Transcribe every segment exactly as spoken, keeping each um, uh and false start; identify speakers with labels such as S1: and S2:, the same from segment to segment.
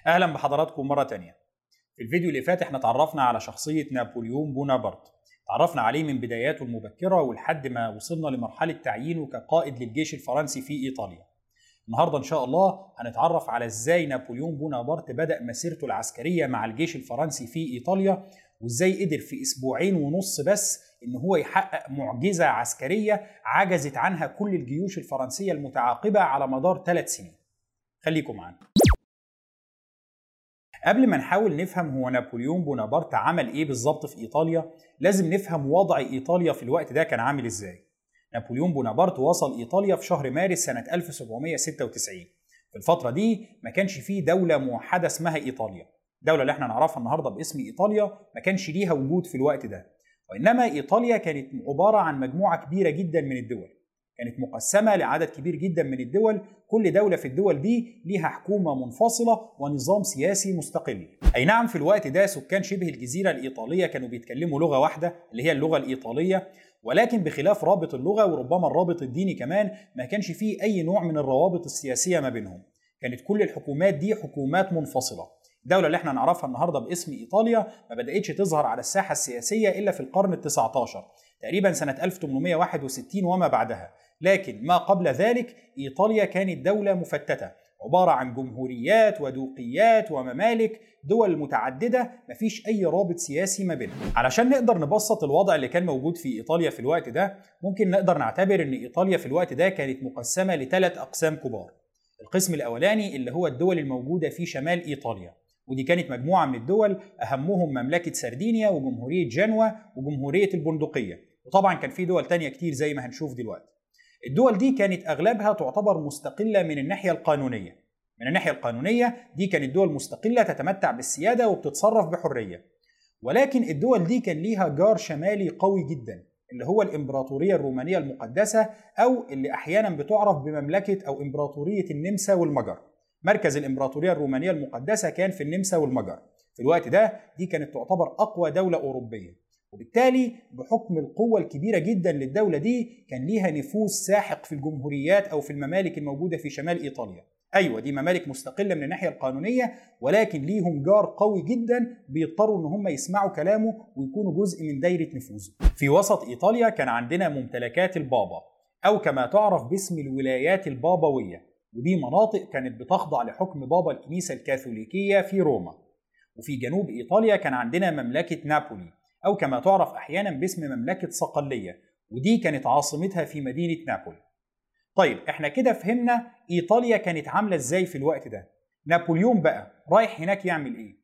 S1: أهلا بحضراتكم مرة تانية. في الفيديو اللي فات احنا تعرفنا على شخصية نابليون بونابرت، تعرفنا عليه من بداياته المبكرة ولحد ما وصلنا لمرحلة تعيينه كقائد للجيش الفرنسي في إيطاليا. النهاردة إن شاء الله هنتعرف على إزاي نابليون بونابرت بدأ مسيرته العسكرية مع الجيش الفرنسي في إيطاليا، وإزاي قدر في أسبوعين ونص بس إن هو يحقق معجزة عسكرية عجزت عنها كل الجيوش الفرنسية المتعاقبة على مدار ثلاث سنين. خليكم معانا. قبل ما نحاول نفهم هو نابليون بونابرت عمل ايه بالظبط في ايطاليا، لازم نفهم وضع ايطاليا في الوقت ده كان عامل ازاي. نابليون بونابرت وصل ايطاليا في شهر مارس سنة ألف وسبعمائة وستة وتسعين. في الفترة دي ما كانش فيه دولة موحدة اسمها ايطاليا. الدولة اللي احنا نعرفها النهارده باسم ايطاليا ما كانش ليها وجود في الوقت ده، وانما ايطاليا كانت عبارة عن مجموعة كبيرة جدا من الدول، كانت مقسمة لعدد كبير جدا من الدول، كل دولة في الدول دي ليها حكومة منفصلة ونظام سياسي مستقل. أي نعم في الوقت ده سكان شبه الجزيرة الإيطالية كانوا بيتكلموا لغة واحدة اللي هي اللغة الإيطالية، ولكن بخلاف رابط اللغة وربما الرابط الديني كمان ما كانش فيه أي نوع من الروابط السياسية ما بينهم. كانت كل الحكومات دي حكومات منفصلة. الدولة اللي احنا نعرفها النهارده باسم إيطاليا ما بدأتش تظهر على الساحة السياسية إلا في القرن التسعة عشر، تقريبا سنة ألف وثمانمائة وواحد وستين وما بعدها. لكن ما قبل ذلك إيطاليا كانت دولة مفتتة عبارة عن جمهوريات ودوقيات وممالك، دول متعددة مفيش أي رابط سياسي ما بينها. علشان نقدر نبسط الوضع اللي كان موجود في إيطاليا في الوقت ده، ممكن نقدر نعتبر أن إيطاليا في الوقت ده كانت مقسمة لثلاث أقسام كبار. القسم الأولاني اللي هو الدول الموجودة في شمال إيطاليا، ودي كانت مجموعة من الدول أهمهم مملكة سردينيا وجمهورية جنوة وجمهورية البندقية، وطبعا كان في دول تانية كتير زي ما هنشوف دلوقتي. الدول دي كانت أغلبها تعتبر مستقلة من الناحية القانونية. من الناحية القانونية دي كانت دول مستقلة تتمتع بالسيادة وبتتصرف بحرية، ولكن الدول دي كان ليها جار شمالي قوي جدا اللي هو الإمبراطورية الرومانية المقدسة، أو اللي أحيانا بتعرف بمملكة أو إمبراطورية النمسا والمجر. مركز الإمبراطورية الرومانية المقدسة كان في النمسا والمجر. في الوقت ده دي كانت تعتبر أقوى دولة أوروبية، وبالتالي بحكم القوة الكبيرة جدا للدولة دي كان ليها نفوذ ساحق في الجمهوريات أو في الممالك الموجودة في شمال إيطاليا. أيوة دي ممالك مستقلة من الناحية القانونية، ولكن ليهم جار قوي جدا بيضطروا إن هم يسمعوا كلامه ويكونوا جزء من دايرة نفوذه. في وسط إيطاليا كان عندنا ممتلكات البابا، أو كما تعرف باسم الولايات البابوية، ودي مناطق كانت بتخضع لحكم بابا الكنيسة الكاثوليكية في روما. وفي جنوب إيطاليا كان عندنا مملكة نابولي، أو كما تعرف أحيانا باسم مملكة صقلية، ودي كانت عاصمتها في مدينة نابولي. طيب احنا كده فهمنا إيطاليا كانت عاملة ازاي في الوقت ده. نابليون بقى رايح هناك يعمل ايه؟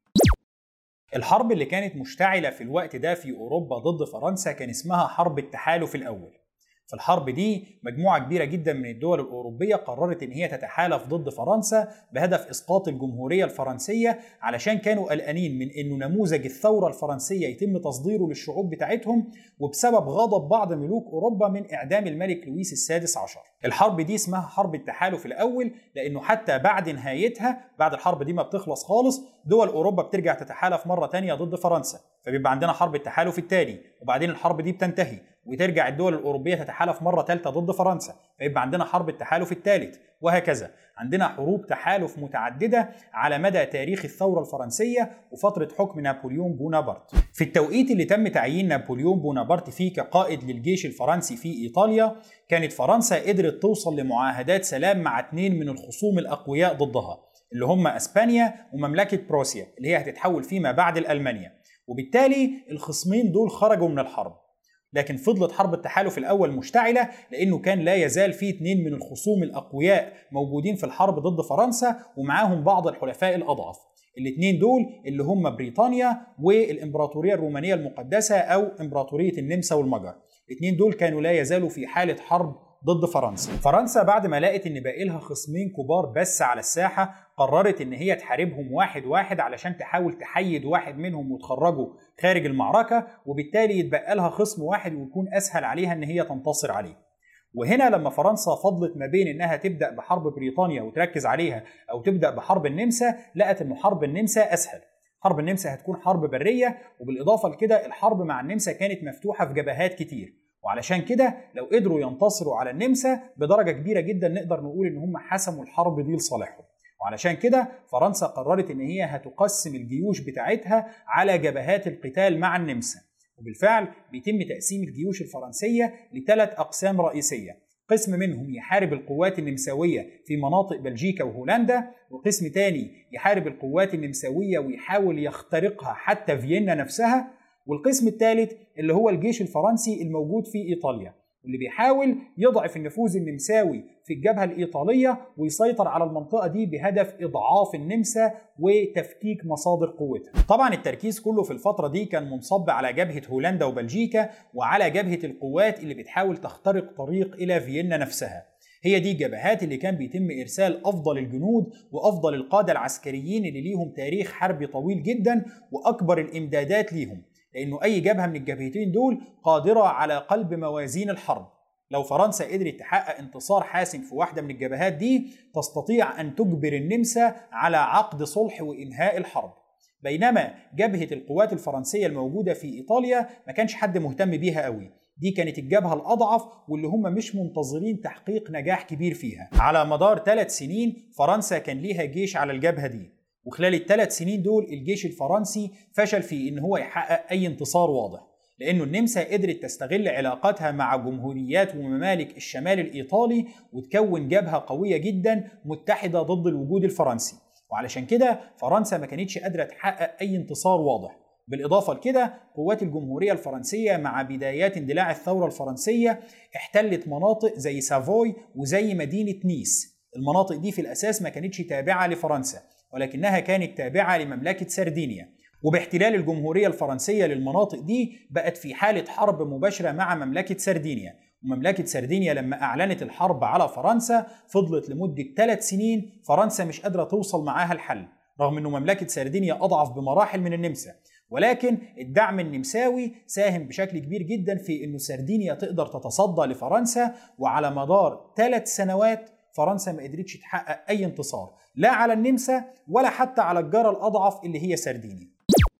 S1: الحرب اللي كانت مشتعلة في الوقت ده في أوروبا ضد فرنسا كان اسمها حرب التحالف الأول. في الحرب دي مجموعة كبيرة جدا من الدول الأوروبية قررت إن هي تتحالف ضد فرنسا بهدف إسقاط الجمهورية الفرنسية، علشان كانوا قلقانين من إنه نموذج الثورة الفرنسية يتم تصديره للشعوب بتاعتهم، وبسبب غضب بعض ملوك أوروبا من إعدام الملك لويس السادس عشر. الحرب دي اسمها حرب التحالف الأول، لأنه حتى بعد نهايتها، بعد الحرب دي ما بتخلص خالص، دول أوروبا بترجع تتحالف مرة تانية ضد فرنسا، فبيبقى عندنا حرب التحالف التالي، وبعدين الحرب دي بتنتهي وترجع الدول الأوروبية تتحالف مرة ثالثة ضد فرنسا، فيبقى عندنا حرب التحالف الثالث، وهكذا. عندنا حروب تحالف متعددة على مدى تاريخ الثورة الفرنسية وفترة حكم نابليون بونابرت. في التوقيت اللي تم تعيين نابليون بونابرت فيه كقائد للجيش الفرنسي في إيطاليا، كانت فرنسا قدرت توصل لمعاهدات سلام مع اثنين من الخصوم الأقوياء ضدها، اللي هم أسبانيا ومملكة بروسيا اللي هي هتتحول فيما بعد الألمانيا، وبالتالي الخصمين دول خرجوا من الحرب. لكن فضلت حرب التحالف الأول مشتعلة، لأنه كان لا يزال فيه اثنين من الخصوم الأقوياء موجودين في الحرب ضد فرنسا، ومعاهم بعض الحلفاء الأضعف. الاثنين دول اللي هم بريطانيا والإمبراطورية الرومانية المقدسة أو إمبراطورية النمسا والمجر. الاثنين دول كانوا لا يزالوا في حالة حرب ضد فرنسا. فرنسا بعد ما لقت ان باقي لها خصمين كبار بس على الساحة، قررت ان هي تحاربهم واحد واحد علشان تحاول تحيد واحد منهم وتخرجه خارج المعركة، وبالتالي يتبقى لها خصم واحد ويكون اسهل عليها ان هي تنتصر عليه. وهنا لما فرنسا فضلت ما بين انها تبدأ بحرب بريطانيا وتركز عليها او تبدأ بحرب النمسا، لقت ان حرب النمسا اسهل. حرب النمسا هتكون حرب برية، وبالاضافة لكده الحرب مع النمسا كانت مفتوحة في جبهات كتير، وعلشان كده لو قدروا ينتصروا على النمسا بدرجة كبيرة جدا نقدر نقول ان هم حسموا الحرب دي لصالحهم. وعلشان كده فرنسا قررت إن هي هتقسم الجيوش بتاعتها على جبهات القتال مع النمسا. وبالفعل بيتم تقسيم الجيوش الفرنسية لثلاث أقسام رئيسية، قسم منهم يحارب القوات النمساوية في مناطق بلجيكا وهولندا، وقسم تاني يحارب القوات النمساوية ويحاول يخترقها حتى فيينا نفسها، والقسم الثالث اللي هو الجيش الفرنسي الموجود في إيطاليا واللي بيحاول يضعف النفوذ النمساوي في الجبهة الإيطالية ويسيطر على المنطقة دي بهدف إضعاف النمسا وتفكيك مصادر قوتها. طبعا التركيز كله في الفترة دي كان منصب على جبهة هولندا وبلجيكا وعلى جبهة القوات اللي بتحاول تخترق طريق إلى فيينا نفسها. هي دي الجبهات اللي كان بيتم إرسال أفضل الجنود وأفضل القادة العسكريين اللي ليهم تاريخ حربي طويل جدا وأكبر الإمدادات ليهم، لأنه أي جبهة من الجبهتين دول قادرة على قلب موازين الحرب. لو فرنسا قدرت تحقق انتصار حاسم في واحدة من الجبهات دي تستطيع أن تجبر النمسا على عقد صلح وإنهاء الحرب. بينما جبهة القوات الفرنسية الموجودة في إيطاليا ما كانش حد مهتم بيها قوي، دي كانت الجبهة الأضعف واللي هم مش منتظرين تحقيق نجاح كبير فيها. على مدار ثلاث سنين فرنسا كان ليها جيش على الجبهة دي، وخلال الثلاث سنين دول الجيش الفرنسي فشل في إن هو يحقق أي انتصار واضح، لأنه النمسا قدرت تستغل علاقاتها مع جمهوريات وممالك الشمال الإيطالي وتكون جبهة قوية جدا متحدة ضد الوجود الفرنسي، وعلشان كده فرنسا ما كانتش قادرة تحقق أي انتصار واضح. بالإضافة لكده قوات الجمهورية الفرنسية مع بدايات اندلاع الثورة الفرنسية احتلت مناطق زي سافوي وزي مدينة نيس. المناطق دي في الأساس ما كانتش تابعة لفرنسا ولكنها كانت تابعة لمملكة سردينيا، وباحتلال الجمهورية الفرنسية للمناطق دي بقت في حالة حرب مباشرة مع مملكة سردينيا. ومملكة سردينيا لما أعلنت الحرب على فرنسا فضلت لمدة ثلاث سنين فرنسا مش قادرة توصل معاها الحل، رغم أنه مملكة سردينيا أضعف بمراحل من النمسا، ولكن الدعم النمساوي ساهم بشكل كبير جدا في أنه سردينيا تقدر تتصدى لفرنسا. وعلى مدار ثلاث سنوات فرنسا ما قدرتش تحقق أي انتصار لا على النمسا ولا حتى على الجارة الأضعف اللي هي سردينيا.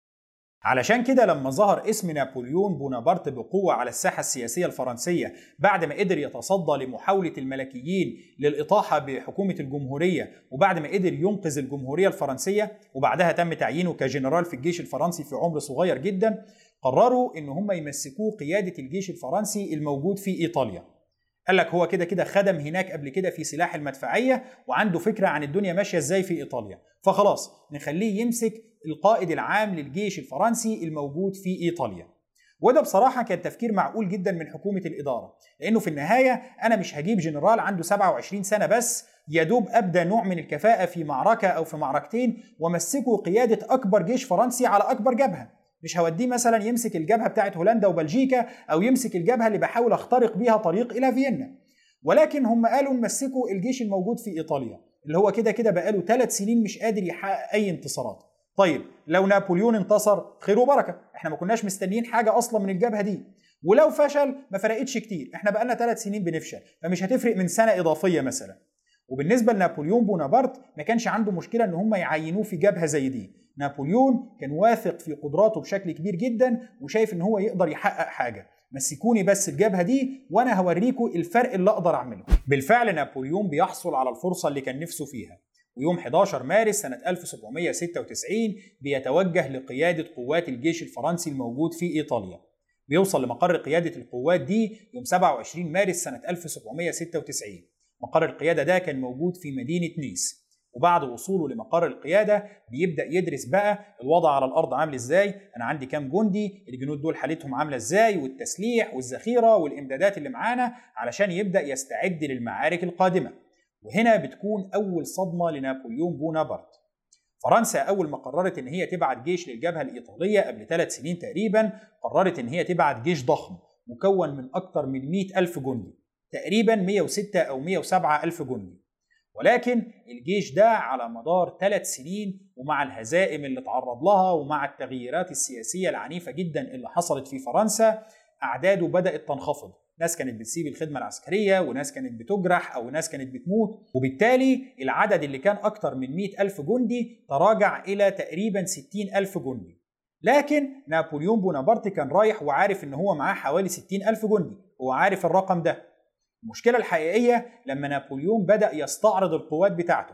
S1: علشان كده لما ظهر اسم نابليون بونابرت بقوة على الساحة السياسية الفرنسية بعد ما قدر يتصدى لمحاولة الملكيين للإطاحة بحكومة الجمهورية وبعد ما قدر ينقذ الجمهورية الفرنسية وبعدها تم تعيينه كجنرال في الجيش الفرنسي في عمر صغير جدا، قرروا إن هم يمسكوه قيادة الجيش الفرنسي الموجود في إيطاليا. قال لك هو كده كده خدم هناك قبل كده في سلاح المدفعية وعنده فكرة عن الدنيا ماشية ازاي في إيطاليا، فخلاص نخليه يمسك القائد العام للجيش الفرنسي الموجود في إيطاليا. وده بصراحة كان تفكير معقول جدا من حكومة الإدارة، لأنه في النهاية أنا مش هجيب جنرال عنده سبعة وعشرين سنة بس يدوب أبدأ نوع من الكفاءة في معركة أو في معركتين ومسكه قيادة أكبر جيش فرنسي على أكبر جبهة. مش هوديه مثلا يمسك الجبهة بتاعت هولندا وبلجيكا أو يمسك الجبهة اللي بحاول أخترق بيها طريق إلى فيينا، ولكن هم قالوا نمسكوا الجيش الموجود في إيطاليا اللي هو كده كده بقاله ثلاث سنين مش قادر يحقق أي انتصارات. طيب لو نابليون انتصر خير وبركة، احنا ما كناش مستنيين حاجة أصلا من الجبهة دي، ولو فشل ما فرقتش كتير، احنا بقالنا ثلاث سنين بنفشل فمش هتفرق من سنة إضافية مثلا. وبالنسبة لنابليون بونابرت ما كانش عنده مشكلة ان هم يعينوه في جبهة زي دي. نابليون كان واثق في قدراته بشكل كبير جدا وشايف ان هو يقدر يحقق حاجة، مسكوني بس الجبهة دي وانا هوريكم الفرق اللي اقدر اعمله. بالفعل نابليون بيحصل على الفرصة اللي كان نفسه فيها، ويوم حداشر مارس سنة ألف وسبعمائة وستة وتسعين بيتوجه لقيادة قوات الجيش الفرنسي الموجود في إيطاليا. بيوصل لمقر قيادة القوات دي يوم سبعة وعشرين مارس سنة ألف وسبعمائة وستة وتسعين. مقر القيادة ده كان موجود في مدينة نيس، وبعد وصوله لمقر القيادة بيبدأ يدرس بقى الوضع على الأرض عامل إزاي، أنا عندي كام جندي، الجنود دول حالتهم عاملة إزاي، والتسليح والذخيرة والإمدادات اللي معانا، علشان يبدأ يستعد للمعارك القادمة. وهنا بتكون أول صدمة لنابليون بونابرت. فرنسا أول ما قررت إن هي تبعت جيش للجبهة الإيطالية قبل ثلاث سنين تقريبا، قررت إن هي تبعت جيش ضخم مكون من أكثر من مئة ألف جندي، تقريبا مئة وستة أو مئة وسبعة ألف جندي. ولكن الجيش ده على مدار ثلاث سنين ومع الهزائم اللي تعرض لها ومع التغييرات السياسية العنيفة جدا اللي حصلت في فرنسا أعداده بدأت تنخفض. ناس كانت بتسيب الخدمة العسكرية وناس كانت بتجرح أو ناس كانت بتموت، وبالتالي العدد اللي كان أكتر من مئة ألف جندي تراجع إلى تقريبا ستين ألف جندي. لكن نابليون بونابرت كان رايح وعارف إن هو معاه حوالي ستين ألف جندي، هو عارف الرقم ده. المشكلة الحقيقية لما نابليون بدأ يستعرض القوات بتاعته،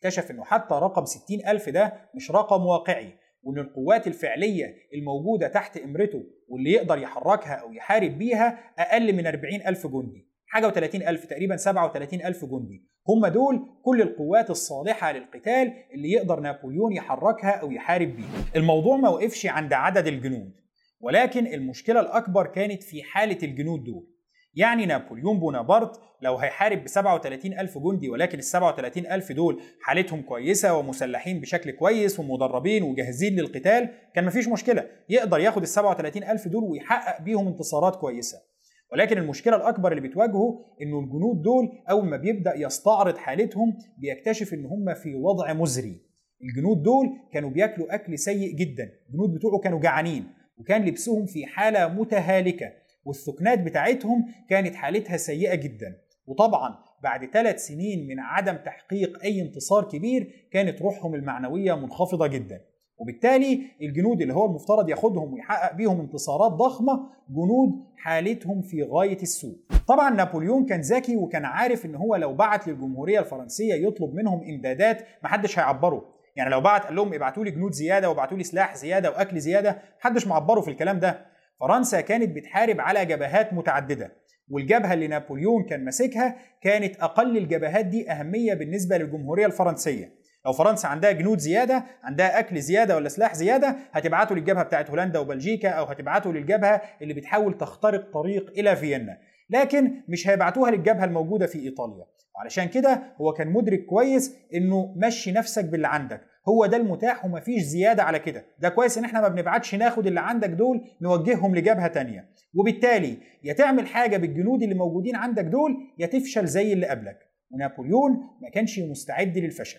S1: اكتشف انه حتى رقم ستين ألف ده مش رقم واقعي، وان القوات الفعلية الموجودة تحت امرته واللي يقدر يحركها او يحارب بيها اقل من أربعين ألف جندي، حاجة وثلاثين ألف، تقريبا سبعة وثلاثين ألف جندي. هم دول كل القوات الصالحة للقتال اللي يقدر نابليون يحركها او يحارب بيها. الموضوع ما وقفش عند عدد الجنود، ولكن المشكلة الأكبر كانت في حالة الجنود دول. يعني نابليون بونابرت لو هيحارب ب سبعة وثلاثين ألف جندي، ولكن ال سبعة وثلاثين ألف دول حالتهم كويسة ومسلحين بشكل كويس ومدربين وجاهزين للقتال، كان مفيش مشكلة، يقدر ياخد ال سبعة وثلاثين ألف دول ويحقق بيهم انتصارات كويسة. ولكن المشكلة الأكبر اللي بتواجهه إنه الجنود دول أول ما بيبدأ يستعرض حالتهم بيكتشف إن هم في وضع مزري. الجنود دول كانوا بياكلوا أكل سيء جدا، الجنود بتوعه كانوا جعانين، وكان لبسهم في حالة متهالكة، والثكنات بتاعتهم كانت حالتها سيئة جدا. وطبعا بعد ثلاث سنين من عدم تحقيق أي انتصار كبير كانت روحهم المعنوية منخفضة جدا، وبالتالي الجنود اللي هو المفترض ياخدهم ويحقق بيهم انتصارات ضخمة جنود حالتهم في غاية السوء. طبعا نابليون كان ذكي وكان عارف ان هو لو بعت للجمهورية الفرنسية يطلب منهم امدادات محدش هيعبره. يعني لو بعت قال لهم ابعتوا لي جنود زيادة وابعتوا لي سلاح زيادة واكل زيادة، محدش معبره في الكلام ده. فرنسا كانت بتحارب على جبهات متعددة، والجبهة اللي نابليون كان ماسكها كانت أقل الجبهات دي أهمية بالنسبة للجمهورية الفرنسية. لو فرنسا عندها جنود زيادة، عندها أكل زيادة ولا سلاح زيادة، هتبعته للجبهة بتاعت هولندا وبلجيكا، أو هتبعته للجبهة اللي بتحاول تخترق طريق إلى فيينا، لكن مش هيبعتوها للجبهة الموجودة في إيطاليا. وعلشان كده هو كان مدرك كويس إنه مشي نفسك باللي عندك، هو ده المتاح ومفيش زيادة على كده. ده كويس إن إحنا ما بنبعتش ناخد اللي عندك دول نوجههم لجبهة تانية، وبالتالي يا تعمل حاجة بالجنود اللي موجودين عندك دول يا تفشل زي اللي قبلك. ونابليون ما كانش مستعد للفشل.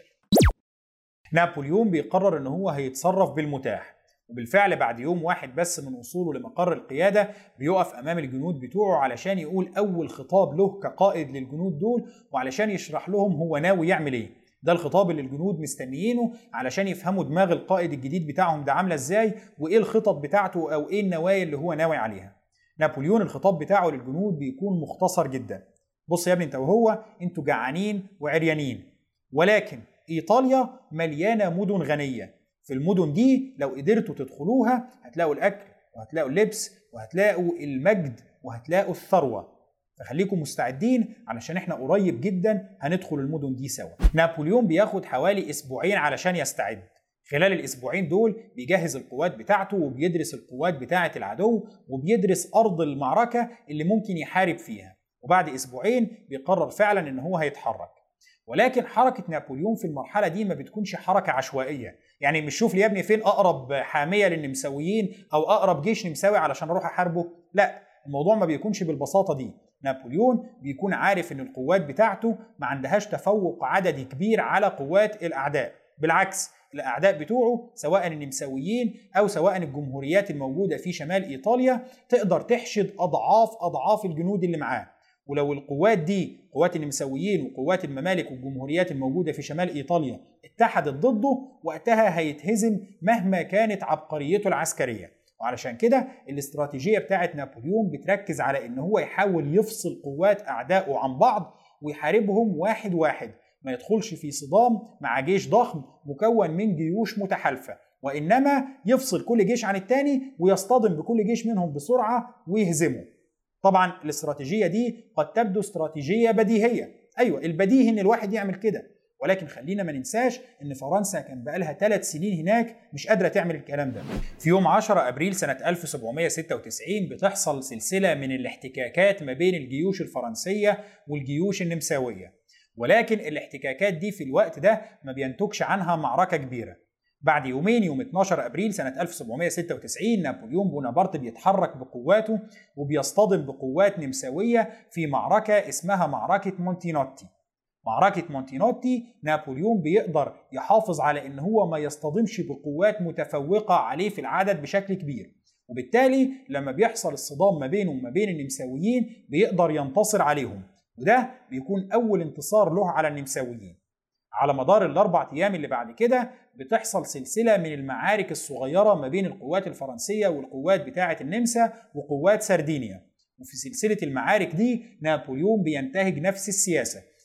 S1: نابليون بيقرر ان هو هيتصرف بالمتاح، وبالفعل بعد يوم واحد بس من وصوله لمقر القيادة بيقف امام الجنود بتوعه علشان يقول اول خطاب له كقائد للجنود دول، وعلشان يشرح لهم هو ناوي يعمل ايه. ده الخطاب اللي الجنود مستنيينه علشان يفهموا دماغ القائد الجديد بتاعهم ده عاملة ازاي، وايه الخطط بتاعته او ايه النوايا اللي هو ناوي عليها. نابليون الخطاب بتاعه للجنود بيكون مختصر جدا. بص يا ابني انت وهو، انتوا جعانين وعريانين، ولكن إيطاليا مليانة مدن غنية. في المدن دي لو قدرتوا تدخلوها هتلاقوا الأكل وهتلاقوا اللبس وهتلاقوا المجد وهتلاقوا الثروة، فخليكم مستعدين علشان احنا قريب جدا هندخل المدن دي سوا. نابليون بياخد حوالي أسبوعين علشان يستعد. خلال الأسبوعين دول بيجهز القوات بتاعته وبيدرس القوات بتاعة العدو وبيدرس أرض المعركة اللي ممكن يحارب فيها، وبعد أسبوعين بيقرر فعلا إن هو هيتحرك. ولكن حركة نابليون في المرحلة دي ما بتكونش حركة عشوائية، يعني مش شوف لي يا ابني فين أقرب حامية للنمساويين أو أقرب جيش نمساوي علشان أروح أحاربه، لا، الموضوع ما بيكونش بالبساطة دي. نابليون بيكون عارف إن القوات بتاعته ما عندهاش تفوق عددي كبير على قوات الأعداء، بالعكس الأعداء بتوعه سواء النمساويين أو سواء الجمهوريات الموجودة في شمال إيطاليا تقدر تحشد أضعاف أضعاف الجنود اللي معاه. ولو القوات دي قوات النمساويين وقوات الممالك والجمهوريات الموجودة في شمال إيطاليا اتحدت ضده، وقتها هيتهزم مهما كانت عبقريته العسكرية. وعلشان كده الاستراتيجية بتاعت نابليون بتركز على إن هو يحاول يفصل قوات أعدائه عن بعض ويحاربهم واحد واحد، ما يدخلش في صدام مع جيش ضخم مكون من جيوش متحالفة، وإنما يفصل كل جيش عن التاني ويصطدم بكل جيش منهم بسرعة ويهزمه. طبعا الاستراتيجية دي قد تبدو استراتيجية بديهية، أيوة البديهي إن الواحد يعمل كده، ولكن خلينا ما ننساش إن فرنسا كان بقالها ثلاث سنين هناك مش قادرة تعمل الكلام ده. في يوم عشرة أبريل سنة ألف وسبعمائة وستة وتسعين بتحصل سلسلة من الاحتكاكات ما بين الجيوش الفرنسية والجيوش النمساوية، ولكن الاحتكاكات دي في الوقت ده ما بينتجش عنها معركة كبيرة. بعد يومين يوم اتناشر أبريل سنة ألف وسبعمائة وستة وتسعين نابليون بونابرت بيتحرك بقواته وبيصطدم بقوات نمساوية في معركة اسمها معركة مونتينوتي. معركة مونتينوتي نابليون بيقدر يحافظ على ان هو ما يصطدمش بقوات متفوقة عليه في العدد بشكل كبير، وبالتالي لما بيحصل الصدام ما بينه وما بين النمساويين بيقدر ينتصر عليهم، وده بيكون أول انتصار له على النمساويين. على مدار الأربع أيام اللي بعد كده بتحصل سلسلة من المعارك الصغيرة ما بين القوات الفرنسية والقوات بتاعة النمسا وقوات سردينيا، وفي سلسلة المعارك دي نابليون بينتهج نفس السياسة،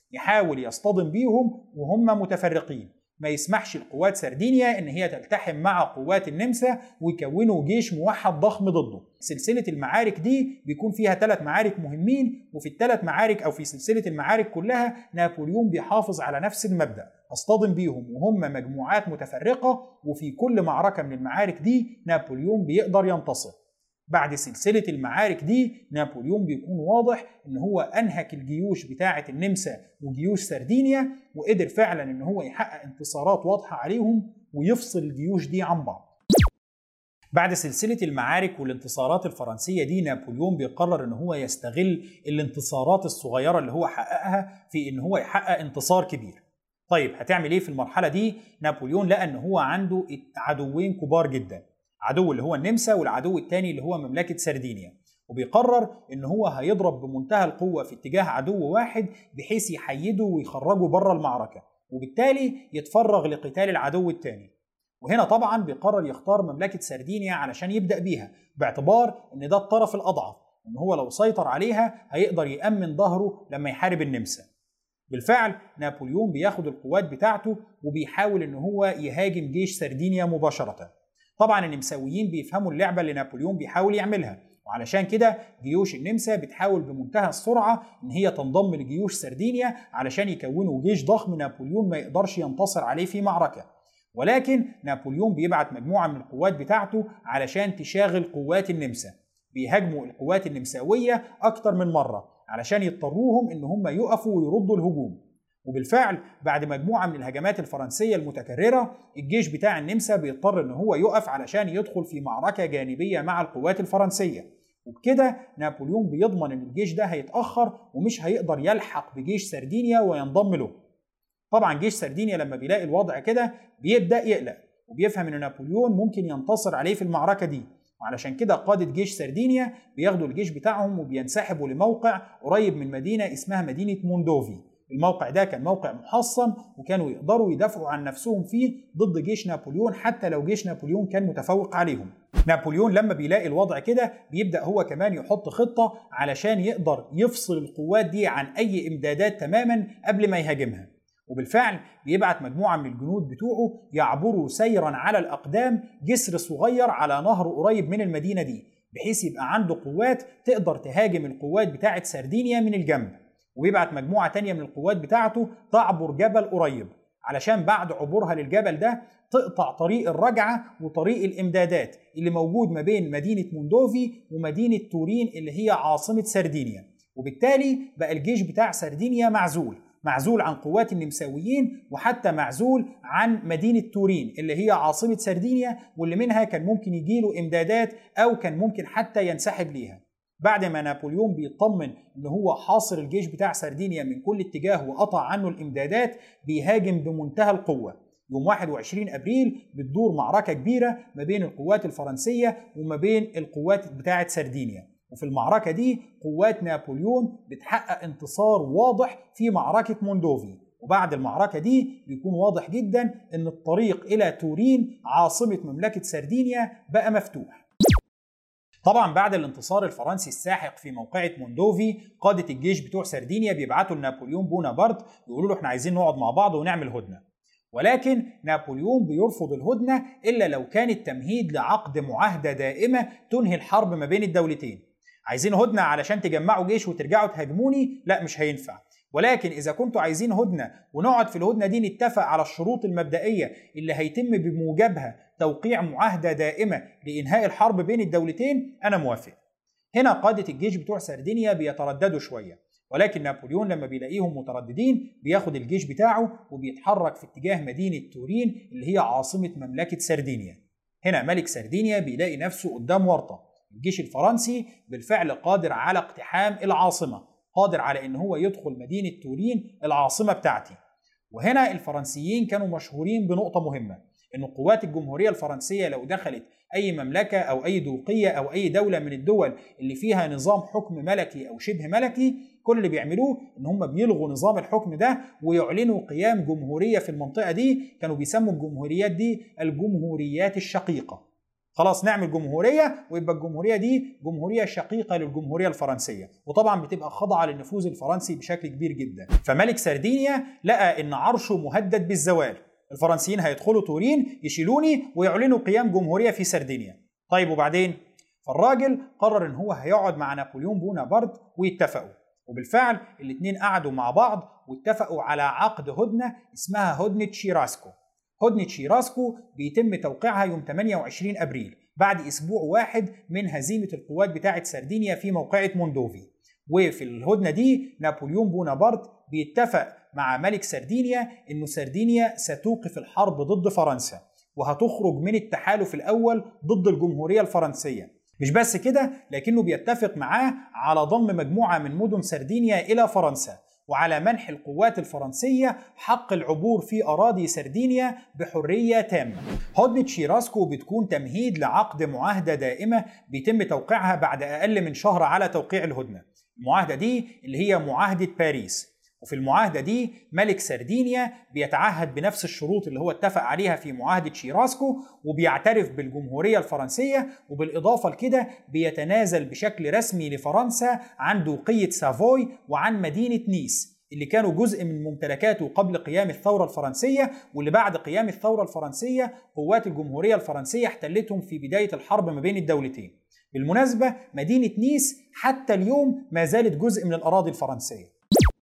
S1: يحاول يصطدم بيهم وهم متفرقين، ما يسمحش لقوات سردينيا ان هي تلتحم مع قوات النمسا ويكونوا جيش موحد ضخم ضده. سلسلة المعارك دي بيكون فيها ثلاث معارك مهمين، وفي الثلاث معارك او في سلسلة المعارك كلها نابليون بيحافظ على نفس المبدأ، اصطدم بيهم وهم مجموعات متفرقة، وفي كل معركة من المعارك دي نابليون بيقدر ينتصر. بعد سلسلة المعارك دي نابليون بيكون واضح ان هو انهك الجيوش بتاعة النمسا وجيوش سردينيا، وقدر فعلا ان هو يحقق انتصارات واضحة عليهم ويفصل الجيوش دي عن بعض. بعد سلسلة المعارك والانتصارات الفرنسية دي نابليون بيقرر ان هو يستغل الانتصارات الصغيرة اللي هو حققها في ان هو يحقق انتصار كبير. طيب هتعمل ايه في المرحلة دي؟ نابليون لقى ان هو عنده عدوين كبار جدا، عدو اللي هو النمسا والعدو الثاني اللي هو مملكة سردينيا، وبيقرر ان هو هيضرب بمنتهى القوة في اتجاه عدو واحد بحيث يحيده ويخرجه بره المعركة، وبالتالي يتفرغ لقتال العدو الثاني. وهنا طبعا بيقرر يختار مملكة سردينيا علشان يبدأ بيها، باعتبار ان ده الطرف الأضعف، ان هو لو سيطر عليها هيقدر يأمن ظهره لما يحارب النمسا. بالفعل نابليون بياخد القوات بتاعته وبيحاول ان هو يهاجم جيش سردينيا مباشرة. طبعا النمساويين بيفهموا اللعبة اللي نابليون بيحاول يعملها، وعلشان كده جيوش النمسا بتحاول بمنتهى السرعة ان هي تنضم لجيوش سردينيا علشان يكونوا جيش ضخم نابليون ما يقدرش ينتصر عليه في معركة. ولكن نابليون بيبعت مجموعة من القوات بتاعته علشان تشاغل قوات النمسا، بيهاجموا القوات النمساوية أكتر من مرة علشان يضطروهم ان هم يقفوا ويردوا الهجوم. وبالفعل بعد مجموعة من الهجمات الفرنسية المتكررة الجيش بتاع النمسا بيضطر ان هو يقف علشان يدخل في معركة جانبية مع القوات الفرنسية، وبكده نابليون بيضمن ان الجيش ده هيتأخر ومش هيقدر يلحق بجيش سردينيا وينضم له. طبعا جيش سردينيا لما بيلاقي الوضع كده بيبدأ يقلق، وبيفهم ان نابليون ممكن ينتصر عليه في المعركة دي، وعلشان كده قادة جيش سردينيا بياخدوا الجيش بتاعهم وبينسحبوا لموقع قريب من مدينة اسمها مدينة موندوفي. الموقع ده كان موقع محصن وكانوا يقدروا يدافعوا عن نفسهم فيه ضد جيش نابليون حتى لو جيش نابليون كان متفوق عليهم. نابليون لما بيلاقي الوضع كده بيبدأ هو كمان يحط خطة علشان يقدر يفصل القوات دي عن أي إمدادات تماما قبل ما يهاجمها. وبالفعل بيبعت مجموعة من الجنود بتوعه يعبروا سيرا على الأقدام جسر صغير على نهر قريب من المدينة دي، بحيث يبقى عنده قوات تقدر تهاجم القوات بتاعة سردينيا من الجنب. ويبعت مجموعة تانية من القوات بتاعته تعبر جبل قريب علشان بعد عبورها للجبل ده تقطع طريق الرجعة وطريق الإمدادات اللي موجود ما بين مدينة موندوفي ومدينة تورين اللي هي عاصمة سردينيا. وبالتالي بقى الجيش بتاع سردينيا معزول معزول عن قوات النمساويين، وحتى معزول عن مدينة تورين اللي هي عاصمة سردينيا واللي منها كان ممكن يجيله إمدادات أو كان ممكن حتى ينسحب ليها. بعد ما نابليون بيطمن ان هو حاصر الجيش بتاع سردينيا من كل اتجاه وقطع عنه الامدادات بيهاجم بمنتهى القوة. يوم واحد وعشرين ابريل بتدور معركة كبيرة ما بين القوات الفرنسية وما بين القوات بتاعة سردينيا، وفي المعركة دي قوات نابليون بتحقق انتصار واضح في معركة موندوفي. وبعد المعركة دي بيكون واضح جدا ان الطريق الى تورين عاصمة مملكة سردينيا بقى مفتوح. طبعا بعد الانتصار الفرنسي الساحق في موقعة موندوفي قادة الجيش بتوع سردينيا بيبعتوا لنابليون بونابرت يقولوا له احنا عايزين نقعد مع بعض ونعمل هدنة، ولكن نابليون بيرفض الهدنة إلا لو كان التمهيد لعقد معاهدة دائمة تنهي الحرب ما بين الدولتين. عايزين هدنة علشان تجمعوا جيش وترجعوا تهاجموني؟ لا مش هينفع. ولكن إذا كنتوا عايزين هدنة ونقعد في الهدنة دي نتفق على الشروط المبدئية اللي هيتم بموجبها توقيع معاهدة دائمة لإنهاء الحرب بين الدولتين، أنا موافق. هنا قادة الجيش بتوع سردينيا بيترددوا شوية، ولكن نابليون لما بيلاقيهم مترددين بياخد الجيش بتاعه وبيتحرك في اتجاه مدينة تورين اللي هي عاصمة مملكة سردينيا. هنا ملك سردينيا بيلاقي نفسه قدام ورطة. الجيش الفرنسي بالفعل قادر على اقتحام العاصمة، قادر على ان هو يدخل مدينة تورين العاصمة بتاعتي. وهنا الفرنسيين كانوا مشهورين بنقطة مهمة، ان قوات الجمهورية الفرنسية لو دخلت اي مملكة او اي دوقية او اي دولة من الدول اللي فيها نظام حكم ملكي او شبه ملكي، كل اللي بيعملوه ان هم بيلغوا نظام الحكم ده ويعلنوا قيام جمهورية في المنطقة دي. كانوا بيسموا الجمهوريات دي الجمهوريات الشقيقة. خلاص نعمل جمهورية ويبقى الجمهورية دي جمهورية شقيقة للجمهورية الفرنسية، وطبعا بتبقى خاضعة للنفوذ الفرنسي بشكل كبير جدا. فملك سردينيا لقى ان عرشه مهدد بالزوال، الفرنسيين هيدخلوا تورين يشيلوني ويعلنوا قيام جمهورية في سردينيا. طيب وبعدين؟ فالراجل قرر ان هو هيقعد مع نابليون بونابرت ويتفقوا، وبالفعل الاثنين قعدوا مع بعض واتفقوا على عقد هدنة اسمها هدنة شيراسكو. هدنة شيراسكو بيتم توقيعها يوم ثمانية وعشرين أبريل بعد أسبوع واحد من هزيمة القوات بتاعة سردينيا في موقعة موندوفي. وفي الهدنة دي نابليون بونابرت بيتفق مع ملك سردينيا إنه سردينيا ستوقف الحرب ضد فرنسا وهتخرج من التحالف الأول ضد الجمهورية الفرنسية. مش بس كده، لكنه بيتفق معاه على ضم مجموعة من مدن سردينيا إلى فرنسا، وعلى منح القوات الفرنسية حق العبور في أراضي سردينيا بحرية تامة. هدنة شيراسكو بتكون تمهيد لعقد معاهدة دائمة بيتم توقيعها بعد أقل من شهر على توقيع الهدنة. المعاهدة دي اللي هي معاهدة باريس، وفي المعاهدة دي ملك سردينيا بيتعهد بنفس الشروط اللي هو اتفق عليها في معاهدة شيراسكو، وبيعترف بالجمهورية الفرنسية، وبالإضافة لكده بيتنازل بشكل رسمي لفرنسا عن دوقية سافوي وعن مدينة نيس اللي كانوا جزء من ممتلكاته قبل قيام الثورة الفرنسية، واللي بعد قيام الثورة الفرنسية قوات الجمهورية الفرنسية احتلتهم في بداية الحرب ما بين الدولتين. بالمناسبة مدينة نيس حتى اليوم ما زالت جزء من الأراضي الفرنسية.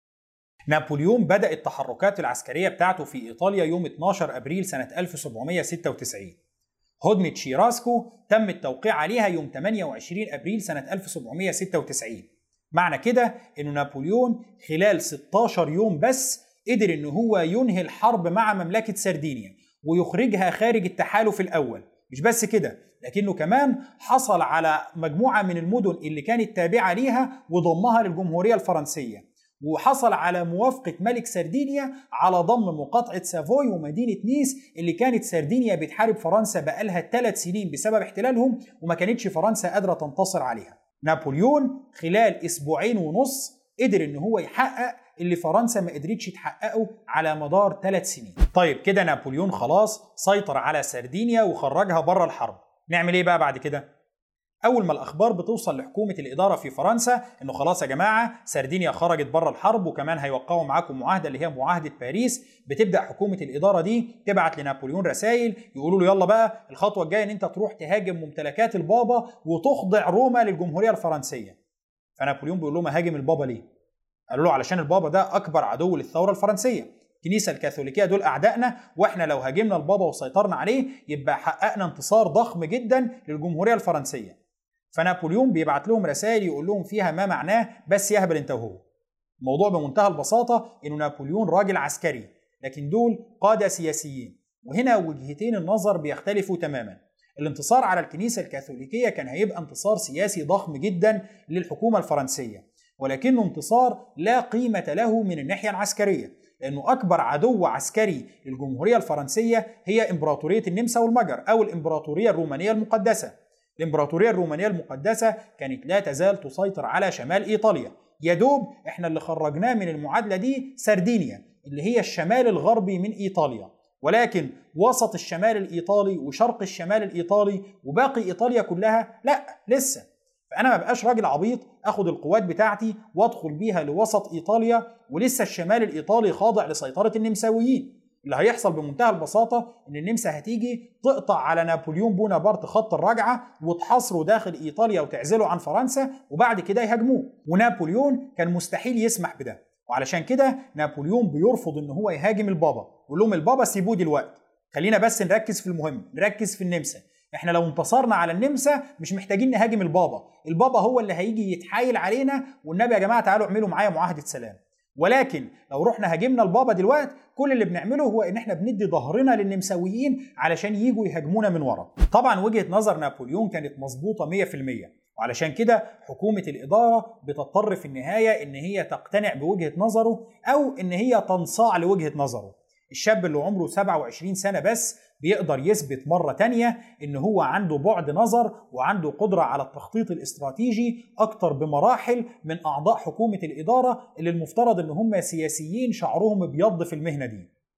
S1: نابليون بدأ التحركات العسكرية بتاعته في إيطاليا يوم اثناشر أبريل سنة ألف وسبعمائة وستة وتسعين. هدنة شيراسكو تم التوقيع عليها يوم ثمانية وعشرين أبريل سنة ألف وسبعمائة وستة وتسعين. معنى كده إنه نابليون خلال ستة عشر يوم بس قدر إنه هو ينهي الحرب مع مملكة سردينيا ويخرجها خارج التحالف الأول. مش بس كده، لكنه كمان حصل على مجموعة من المدن اللي كانت تابعة ليها وضمها للجمهورية الفرنسية، وحصل على موافقة ملك سردينيا على ضم مقاطعة سافوي ومدينة نيس اللي كانت سردينيا بتحارب فرنسا بقالها ثلاث سنين بسبب احتلالهم وما كانتش فرنسا قادرة تنتصر عليها. نابليون خلال أسبوعين ونص قدر إن هو يحقق اللي فرنسا ما قدرتش تحققه على مدار ثلاث سنين. طيب كده نابليون خلاص سيطر على سردينيا وخرجها بره الحرب. نعمل ايه بقى بعد كده؟ أول ما الأخبار بتوصل لحكومة الإدارة في فرنسا إنه خلاص يا جماعة سردينيا خرجت بره الحرب وكمان هيوقعوا معاكم معاهدة اللي هي معاهدة باريس، بتبدأ حكومة الإدارة دي تبعت لنابليون رسائل يقولوا له يلا بقى الخطوة الجاية إن أنت تروح تهاجم ممتلكات البابا وتخضع روما للجمهورية الفرنسية. فنابليون بيقول لهم هاجم البابا ليه؟ قالوا له علشان البابا ده أكبر عدو للثورة الفرنسية، الكنيسة الكاثوليكية دول أعدائنا، وإحنا لو هاجمنا البابا وسيطرنا عليه يبقى حققنا انتصار ضخم جدا للجمهورية الفرنسية. فنابليون بيبعت لهم رسائل يقول لهم فيها ما معناه بس يهبل انت وهو. الموضوع بمنتهى البساطة انه نابليون راجل عسكري لكن دول قادة سياسيين، وهنا وجهتين النظر بيختلفوا تماما. الانتصار على الكنيسة الكاثوليكية كان هيبقى انتصار سياسي ضخم جدا للحكومة الفرنسية، ولكنه انتصار لا قيمة له من الناحية العسكرية، لأنه أكبر عدو عسكري للجمهورية الفرنسية هي إمبراطورية النمسا والمجر أو الإمبراطورية الرومانية المقدسة. الإمبراطورية الرومانية المقدسة كانت لا تزال تسيطر على شمال إيطاليا. يدوب إحنا اللي خرجناه من المعادلة دي سردينيا اللي هي الشمال الغربي من إيطاليا، ولكن وسط الشمال الإيطالي وشرق الشمال الإيطالي وباقي إيطاليا كلها لا لسه. فأنا ما بقاش راجل عبيط أخد القوات بتاعتي وأدخل بيها لوسط إيطاليا ولسه الشمال الإيطالي خاضع لسيطرة النمساويين. اللي هيحصل بمنتهى البساطة إن النمسا هتيجي تقطع على نابليون بونابرت خط الرجعة وتحاصره داخل إيطاليا وتعزله عن فرنسا وبعد كده يهاجموه، ونابليون كان مستحيل يسمح بده، وعلشان كده نابليون بيرفض إن هو يهاجم البابا، يقول لهم البابا سيبوه دلوقتي، خلينا بس نركز في المهم، نركز في النمسا. احنا لو انتصرنا على النمسا مش محتاجين نهاجم البابا، البابا هو اللي هيجي يتحايل علينا والنبي يا جماعة تعالوا اعملوا معايا معاهدة سلام. ولكن لو رحنا هاجمنا البابا دلوقتي كل اللي بنعمله هو ان احنا بندي ظهرنا للنمساويين علشان يجوا يهاجمونا من ورا. طبعا وجهة نظر نابليون كانت مظبوطة مية في المية، وعلشان كده حكومة الإدارة بتضطر في النهاية ان هي تقتنع بوجهة نظره او ان هي تنصاع لوجهة نظره. الشاب اللي عمره سبعة وعشرين سنة بس بيقدر يثبت مرة تانية إن هو عنده بعد نظر وعنده قدرة على التخطيط الاستراتيجي أكتر بمراحل من أعضاء حكومة الإدارة اللي المفترض إن هم سياسيين شعرهم ابيض في المهنة دي.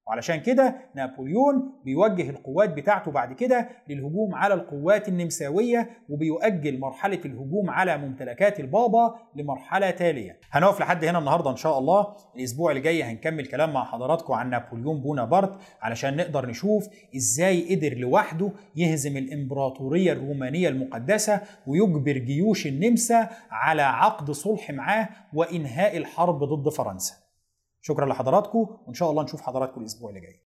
S1: وعلشان كده نابليون بيوجه القوات بتاعته بعد كده للهجوم على القوات النمساوية، وبيؤجل مرحلة الهجوم على ممتلكات البابا لمرحلة تالية. هنقف لحد هنا النهاردة إن شاء الله. الأسبوع اللي جاي هنكمل كلام مع حضراتكم عن نابليون بونابرت علشان نقدر نشوف إزاي قدر لوحده يهزم الإمبراطورية الرومانية المقدسة ويجبر جيوش النمسا على عقد صلح معاه وإنهاء الحرب ضد فرنسا. شكرا لحضراتكم، وإن شاء الله نشوف حضراتكم الأسبوع اللي جاي.